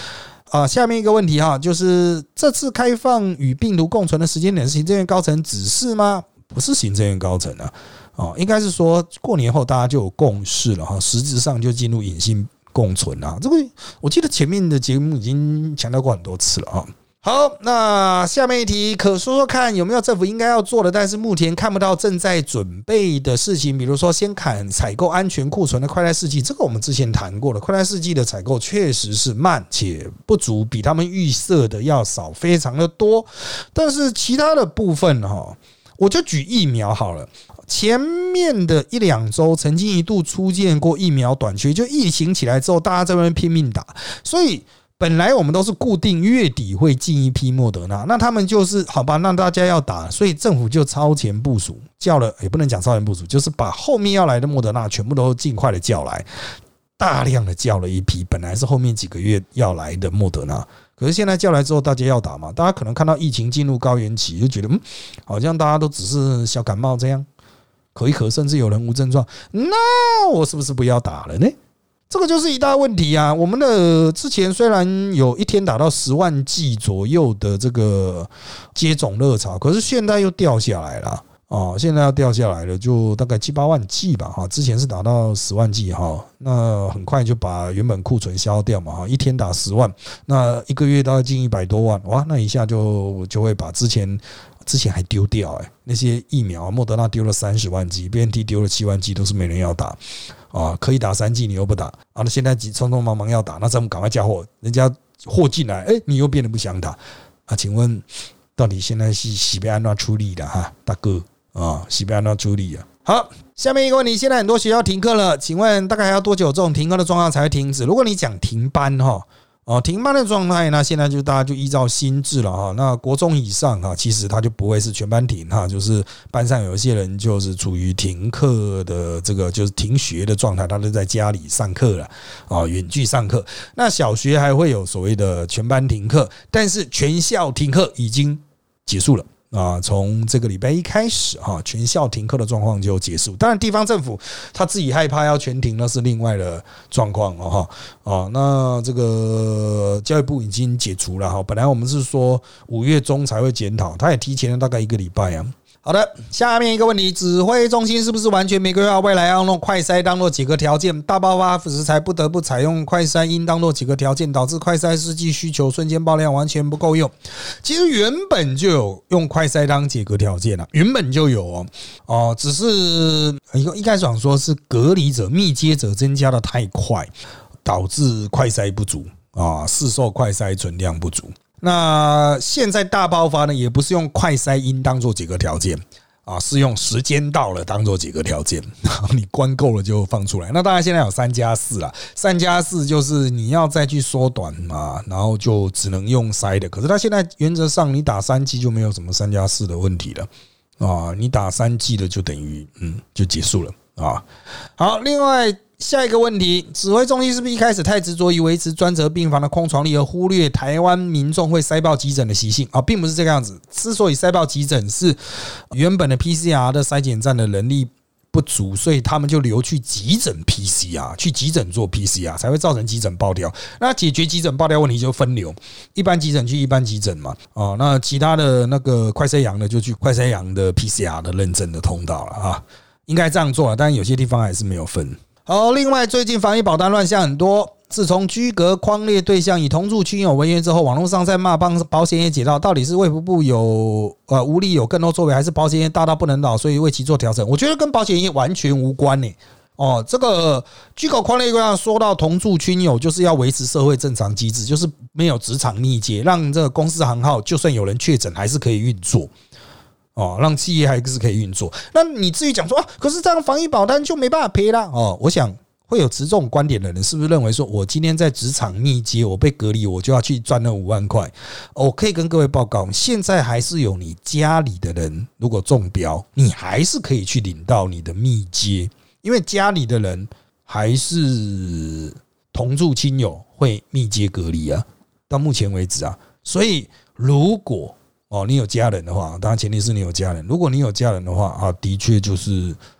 啊，下面一个问题哈，就是这次开放与病毒共存的时间点是行政院高层指示吗？不是行政院高层啊，哦，应该是说过年后大家就有共识了哈，实质上就进入隐性共存啊。这个我记得前面的节目已经强调过很多次了啊。好，那下面一题，可说说看有没有政府应该要做的，但是目前看不到正在准备的事情，比如说先砍采购安全库存的快筛试剂，这个我们之前谈过了，快筛试剂的采购确实是慢且不足，比他们预设的要少非常的多，但是其他的部分哈，我就举疫苗好了。前面的一两周曾经一度出现过疫苗短缺，就疫情起来之后，大家在外面拼命打，所以本来我们都是固定月底会进一批莫德纳，那他们就是好吧，那大家要打，所以政府就超前部署，叫了也不能讲超前部署，就是把后面要来的莫德纳全部都尽快的叫来，大量的叫了一批，本来是后面几个月要来的莫德纳，可是现在叫来之后，大家要打嘛，大家可能看到疫情进入高原期，就觉得嗯，好像大家都只是小感冒这样，咳一咳，甚至有人无症状，那我是不是不要打了呢？这个就是一大问题啊！我们的之前虽然有一天达到十万剂左右的这个接种热潮，可是现在又掉下来了啊！现在要掉下来了，就大概七八万剂吧哈。之前是达到十万剂哈，那很快就把原本库存消掉嘛哈。一天打十万，那一个月大概近一百多万，哇！那一下就就会把之前。之前还丢掉哎、欸，那些疫苗，莫德纳丢了三十万剂 ，B N T 丢了七万剂，都是没人要打啊！可以打三剂，你又不打啊？那现在急匆匆忙忙要打，那咱们赶快加货，人家货进来，哎、欸，你又变得不想打啊？请问到底现在是喜被安怎处理的哈，大哥啊，喜被安怎处理啊？好，下面一个问题，现在很多学校停课了，请问大概还要多久这种停课的状况才会停止？如果你讲停班哈。哦，停班的状态呢，现在就大家就依照新制了哈。那国中以上哈，其实它就不会是全班停哈，就是班上有一些人就是处于停课的这个就是停学的状态，他都在家里上课了啊，远距上课。那小学还会有所谓的全班停课，但是全校停课已经结束了。啊，从这个礼拜一开始哈，全校停课的状况就结束。当然，地方政府他自己害怕要全停，那是另外的状况哦哈。啊，那这个教育部已经解除了哈。本来我们是说五月中才会检讨，他也提前了大概一个礼拜啊。好的，下面一个问题，指挥中心是不是完全没规划未来要用快筛当作解隔条件？大爆发时才不得不采用快筛应当作解隔条件，导致快筛试剂需求瞬间爆量，完全不够用。其实原本就有用快筛当解隔条件啊，原本就有哦，哦，只是应该讲说是隔离者、密接者增加的太快，导致快筛不足啊，市售快筛存量不足。那现在大爆发呢，也不是用快筛阴当做解隔条件啊，是用时间到了当做解隔条件，你关够了就放出来。那当然现在有三加四啦，三加四就是你要再去缩短嘛，然后就只能用筛的。可是它现在原则上你打三剂就没有什么三加四的问题了啊，你打三剂的就等于嗯就结束了啊。好，另外。下一个问题，指挥中心是不是一开始太执着于维持专责病房的空床率，而忽略台湾民众会塞爆急诊的习性啊？并不是这个样子。之所以塞爆急诊，是原本的 P C R 的筛检站的能力不足，所以他们就流去急诊 P C R， 去急诊做 P C R， 才会造成急诊爆掉。那解决急诊爆掉问题就分流，一般急诊去一般急诊嘛，哦，那其他的那个快筛阳的就去快筛阳的 P C R 的认证的通道了啊，应该这样做了，但有些地方还是没有分。好，另外最近防疫保单乱象很多，自从居隔匡列对象以同住亲友为原之后，网络上在骂帮保险业解套，到底是卫福部有呃无力有更多作为，还是保险业大到不能倒，所以为其做调整？我觉得跟保险业完全无关呢、欸。哦，这个居隔匡列对象说到同住亲友，就是要维持社会正常机制，就是没有职场逆接，让这个公司行号就算有人确诊还是可以运作。哦，让企业还是可以运作。那你至于讲说啊，可是这样防疫保单就没办法赔啦。哦，我想会有持这种观点的人，是不是认为说我今天在职场逆接，我被隔离，我就要去赚那五万块？我可以跟各位报告，现在还是有你家里的人如果中标，你还是可以去领到你的密接，因为家里的人还是同住亲友会密接隔离啊。到目前为止啊，所以如果哦，你有家人的话，当然前提是你有家人。如果你有家人的话啊，的确就是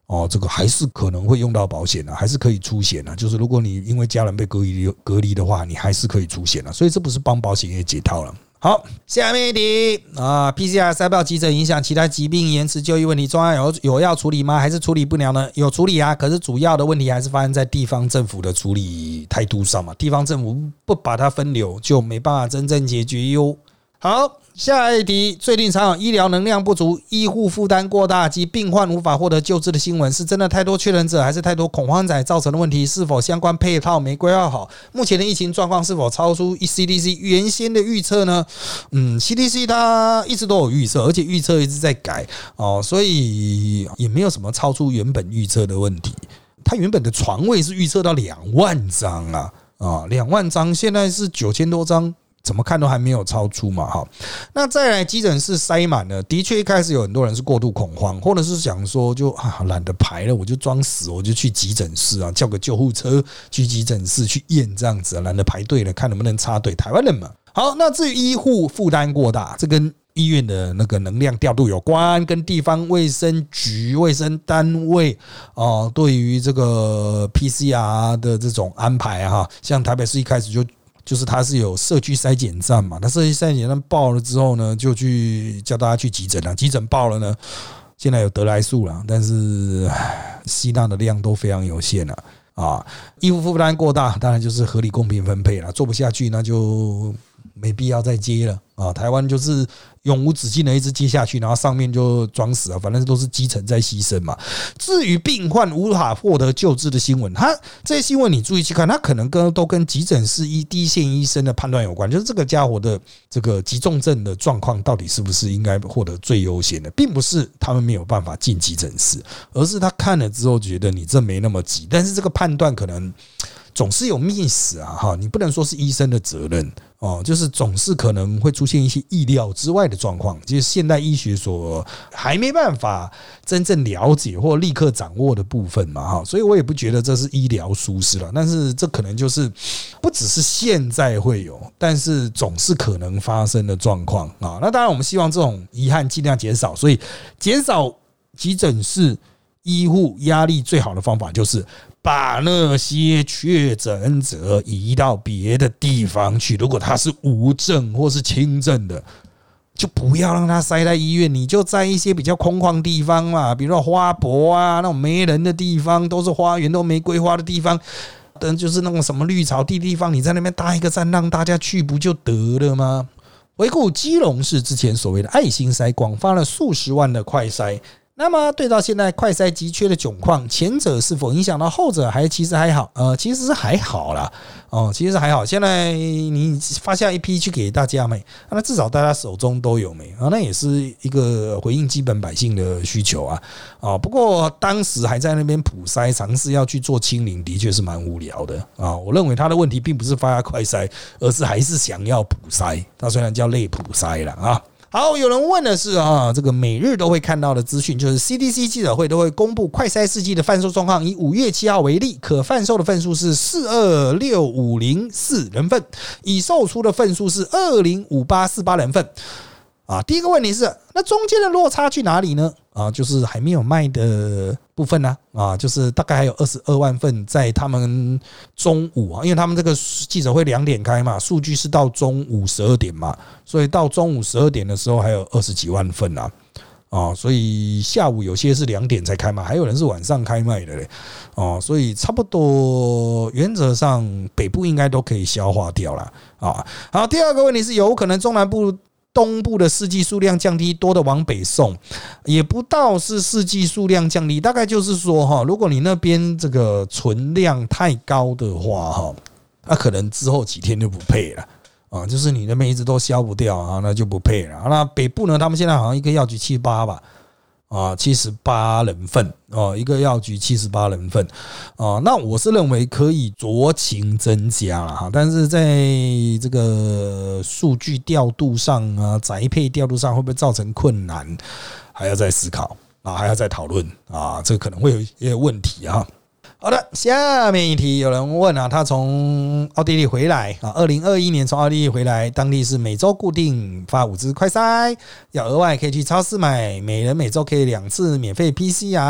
哦，这个还是可能会用到保险的，还是可以出险的。就是如果你因为家人被隔离隔离的话，你还是可以出险的。所以这不是帮保险业解套了。好，下面一题啊 ，P C R 塞爆急诊影响其他疾病延迟就医问题，中央有有要处理吗？还是处理不了呢？有处理啊，可是主要的问题还是发生在地方政府的处理态度上嘛。地方政府不把它分流，就没办法真正解决哟。好，下一题，最近常有医疗能量不足、医护负担过大及病患无法获得救治的新闻，是真的太多确诊者，还是太多恐慌仔造成的问题？是否相关配套没规划好？目前的疫情状况是否超出 C D C 原先的预测呢？嗯 ，C D C 它一直都有预测，而且预测一直在改哦，所以也没有什么超出原本预测的问题。它原本的床位是预测到两万张啊啊，两万张，现在是九千多张。怎么看都还没有超出嘛，哈。那再来急诊室塞满了，的确一开始有很多人是过度恐慌，或者是想说就啊懒得排了，我就装死，我就去急诊室啊，叫个救护车去急诊室去验这样子啊，懒得排队了，看能不能插队。台湾人嘛，好，那至于医护负担过大，这跟医院的那个能量调度有关，跟地方卫生局、卫生单位哦，对于这个 P C R 的这种安排哈，像台北市一开始就。就是它是有社区筛检站嘛，它社区筛检站报了之后呢，就去叫大家去急诊了。急诊报了呢，现在有得来速了，但是吸纳的量都非常有限了啊。医护负担过大，当然就是合理公平分配了。做不下去，那就没必要再接了啊。台湾就是永无止境的一直接下去，然后上面就装死了，反正都是基层在牺牲嘛。至于病患无法获得救治的新闻，它这些新闻你注意去看，它可能跟都跟急诊室医第一线医生的判断有关，就是这个家伙的这个急重症的状况到底是不是应该获得最优先的，并不是他们没有办法进急诊室，而是他看了之后觉得你这没那么急，但是这个判断可能总是有 miss 啊，哈，你不能说是医生的责任哦，就是总是可能会出现一些意料之外的状况，就是现代医学所还没办法真正了解或立刻掌握的部分嘛，哈，所以我也不觉得这是医疗疏失了，但是这可能就是不只是现在会有，但是总是可能发生的状况啊。那当然，我们希望这种遗憾尽量减少，所以减少急诊室医护压力最好的方法就是把那些确诊者移到别的地方去，如果他是无症或是轻症的，就不要让他塞在医院，你就在一些比较空旷地方嘛，比如说花博啊，那种没人的地方，都是花园都没规划的地方，等就是那种什么绿草地地方，你在那边搭一个站让大家去不就得了吗？回顾基隆市之前所谓的爱心筛，广发了数十万的快筛。那么对照现在快筛急缺的窘况，前者是否影响到后者？还其实还好，呃，其实还好啦，哦，其实还好。现在你发下一批去给大家没？那至少大家手中都有没？啊，那也是一个回应基本百姓的需求啊。啊，不过当时还在那边普筛，尝试要去做清零，的确是蛮无聊的啊。我认为他的问题并不是发下快筛，而是还是想要普筛。他虽然叫类普筛了啊。好，有人问的是啊，这个每日都会看到的资讯，就是 C D C 记者会都会公布快筛试剂的贩售状况。以五月七号为例，可贩售的份数是四二六五零四人份，已售出的份数是二零五八四八人份。啊，第一个问题是，那中间的落差去哪里呢？啊，就是还没有卖的部分呢、啊，啊，就是大概还有二十二万份在他们中午啊，因为他们这个记者会两点开嘛，数据是到中午十二点嘛，所以到中午十二点的时候还有二十几万份啊，啊，所以下午有些是两点才开卖，还有人是晚上开卖的嘞，哦，所以差不多原则上北部应该都可以消化掉了啊。好，第二个问题是有可能中南部。东部的试剂数量降低，多的往北送，也不到是试剂数量降低，大概就是说哈，如果你那边这个存量太高的话哈，那可能之后几天就不配了啊，就是你那边一直都消不掉啊，那就不配了。那北部呢，他们现在好像一个药局七十八吧。啊，七十八人份哦，一个药局七十八人份啊，那我是认为可以酌情增加了哈，但是在这个数据调度上啊，宅配调度上会不会造成困难，还要再思考啊，还要再讨论啊，这可能会有一些问题啊。好的，下面一题有人问啊，他从奥地利回来啊，二零二一年从奥地利回来，当地是每周固定发五支快筛，要额外可以去超市买，每人每周可以两次免费 P C R。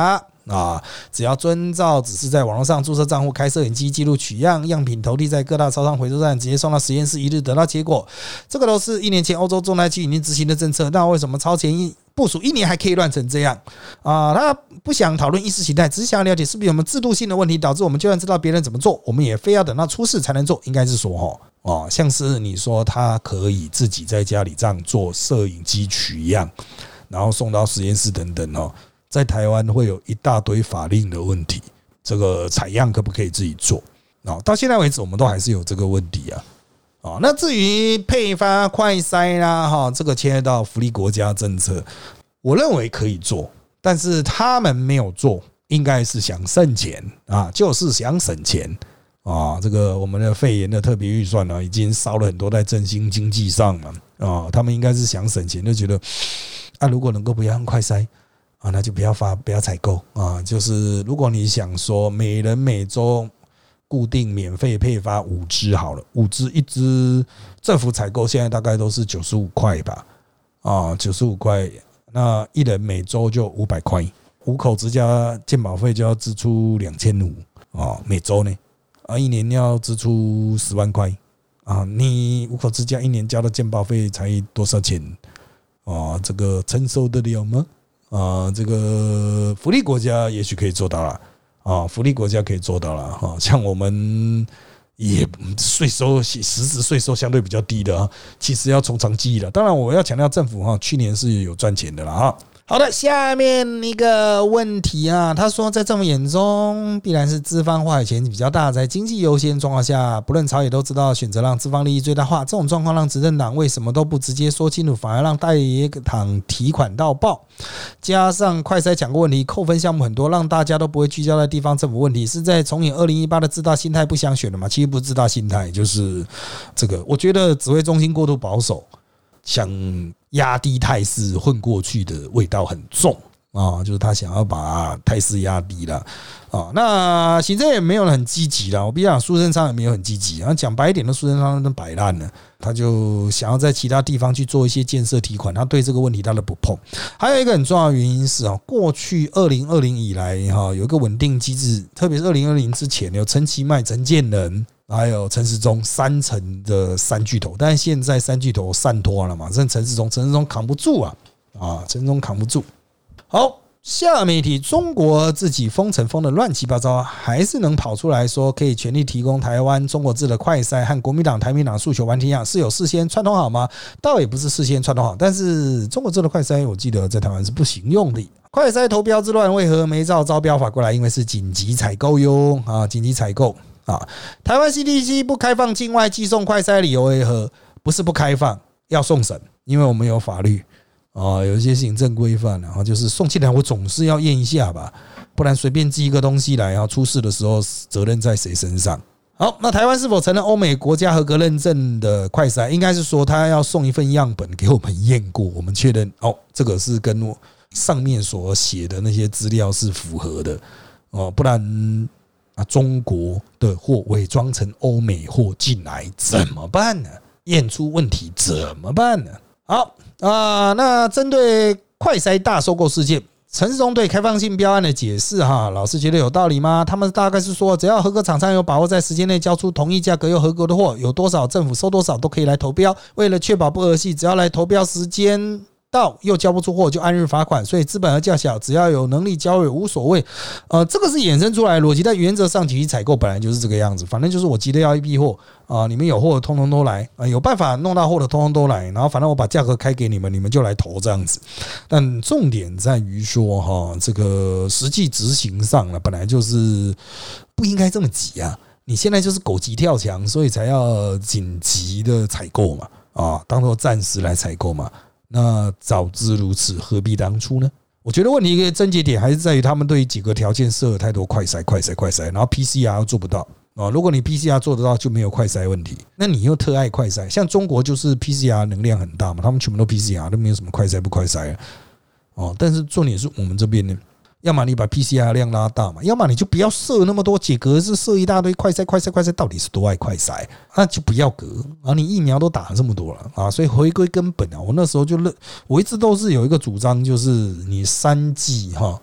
啊，只要遵照只是在网络上注册账户、开摄影机记录取样，样品投递在各大超商回收站，直接送到实验室，一日得到结果。这个都是一年前欧洲重灾区已经执行的政策，那为什么超前一部署一年还可以乱成这样啊？他不想讨论意识形态，只是想了解是不是有没有制度性的问题，导致我们就算知道别人怎么做，我们也非要等到出事才能做。应该是说哦，像是你说他可以自己在家里这样做摄影机取样，然后送到实验室等等哦。在台湾会有一大堆法令的问题，这个采样可不可以自己做？到现在为止，我们都还是有这个问题啊。那至于配发快筛啦，这个牵涉到福利国家政策，我认为可以做，但是他们没有做，应该是想省钱啊，就是想省钱啊。这个我们的肺炎的特别预算呢，已经烧了很多在振兴经济上嘛啊，他们应该是想省钱，就觉得啊，如果能够不要用快筛。啊，那就不要发，不要采购啊！就是如果你想说每人每周固定免费配发五支好了，五支一支，政府采购现在大概都是九十五块吧，啊，九十五块，那一人每周就五百块，五口之家健保费就要支出两千五啊，每周呢，啊，一年要支出十万块啊，你五口之家一年交的健保费才多少钱啊？这个承受得了吗？啊，这个福利国家也许可以做到了啊，福利国家可以做到了啊，像我们也税收实质税收相对比较低的啊，其实要从长计议了。当然，我要强调政府哈，去年是有赚钱的了啊。好的，下面一个问题啊，他说在政府眼中必然是资方话语权比较大，在经济优先状况下，不论朝野都知道选择让资方利益最大化，这种状况让执政党为什么都不直接说清楚，反而让在野党提款到爆，加上快筛抢购问题扣分项目很多，让大家都不会聚焦在地方政府问题，是在重演二零一八的自大心态不想选了吗？其实不是自大心态，就是这个我觉得指挥中心过度保守，想压低态势混过去的味道很重啊，就是他想要把态势压低了啊。那行政也没有很积极啦，我必须讲苏贞昌也没有很积极，然后讲白一点的，苏贞昌都摆烂了，他就想要在其他地方去做一些建设提款，他对这个问题他都不碰。还有一个很重要的原因是啊，过去二零二零以来哈，有一个稳定机制，特别是二零二零之前有陈其迈、陈建仁。还有陈时中三层的三巨头，但是现在三巨头散脱了嘛，剩陈时中，陈时中扛不住啊，啊，陈时中扛不住。好，下面一题，中国自己封城封的乱七八糟，还是能跑出来说可以全力提供台湾中国制的快筛，和国民党、台民党诉求完全一样，是有事先串通好吗？倒也不是事先串通好，但是中国制的快筛，我记得在台湾是不行用的。快筛投标之乱为何没照招标法过来？因为是紧急采购哟，啊，紧急采购。啊，台湾 C D C 不开放境外寄送快筛理由为何？不是不开放，要送审，因为我们有法律啊，有一些行政规范，然后就是送进来，我总是要验一下吧，不然随便寄一个东西来，然后出事的时候责任在谁身上？好，那台湾是否承认欧美国家合格认证的快筛？应该是说他要送一份样本给我们验过，我们确认哦，这个是跟上面所写的那些资料是符合的哦，不然。啊，中国的货伪装成欧美货进来怎么办呢？验出问题怎么办呢？好啊，那针对快筛大收购事件，陈时中对开放性标案的解释，哈，老师觉得有道理吗？他们大概是说，只要合格厂商有把握在时间内交出同一价格又合格的货，有多少政府收多少都可以来投标。为了确保不儿戏，只要来投标时间到又交不出货就按日罚款，所以资本额较小，只要有能力交也无所谓。呃，这个是衍生出来的逻辑，但原则上紧急采购本来就是这个样子，反正就是我急得要一批货啊，你们有货的通通都来啊，有办法弄到货的通通都来，然后反正我把价格开给你们，你们就来投这样子。但重点在于说哈，这个实际执行上呢，本来就是不应该这么急啊。你现在就是狗急跳墙，所以才要紧急的采购嘛，啊，当做暂时来采购嘛。那早知如此，何必当初呢？我觉得问题一个症结点还是在于他们对于几个条件设了太多快筛、快筛、快筛，然后 P C R 又做不到啊。如果你 P C R 做得到，就没有快筛问题。那你又特爱快筛，像中国就是 P C R 能量很大嘛，他们全部都 P C R， 都没有什么快筛不快筛哦。但是重点是我们这边呢。要么你把 P C R 量拉大嘛，要么你就不要设那么多解格，是设一大堆快筛、快筛、快筛，到底是多爱快筛？那就不要格啊！你疫苗都打了这么多了啊，所以回归根本啊，我那时候就我一直都是有一个主张，就是你三剂哈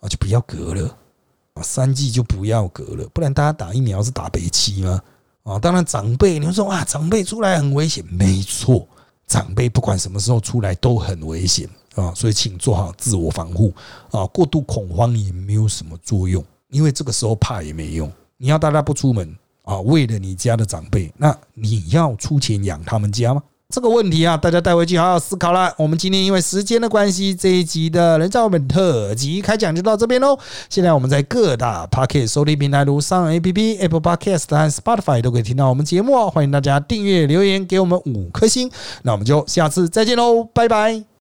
啊，就不要隔了啊，三剂就不要隔了，不然大家打疫苗是打北七吗？啊，当然长辈，你们说啊，长辈出来很危险，没错，长辈不管什么时候出来都很危险啊，所以请做好自我防护啊，过度恐慌也没有什么作用，因为这个时候怕也没用，你要大家不出门啊，为了你家的长辈，那你要出钱养他们家吗？这个问题啊，大家带回去好好思考啦。我们今天因为时间的关系，这一集的人造本特辑开讲就到这边喽。现在我们在各大 Podcast 收听平台如上 A P P、Apple Podcast 和 Spotify 都可以听到我们节目哦。欢迎大家订阅、留言给我们五颗星。那我们就下次再见喽，拜拜。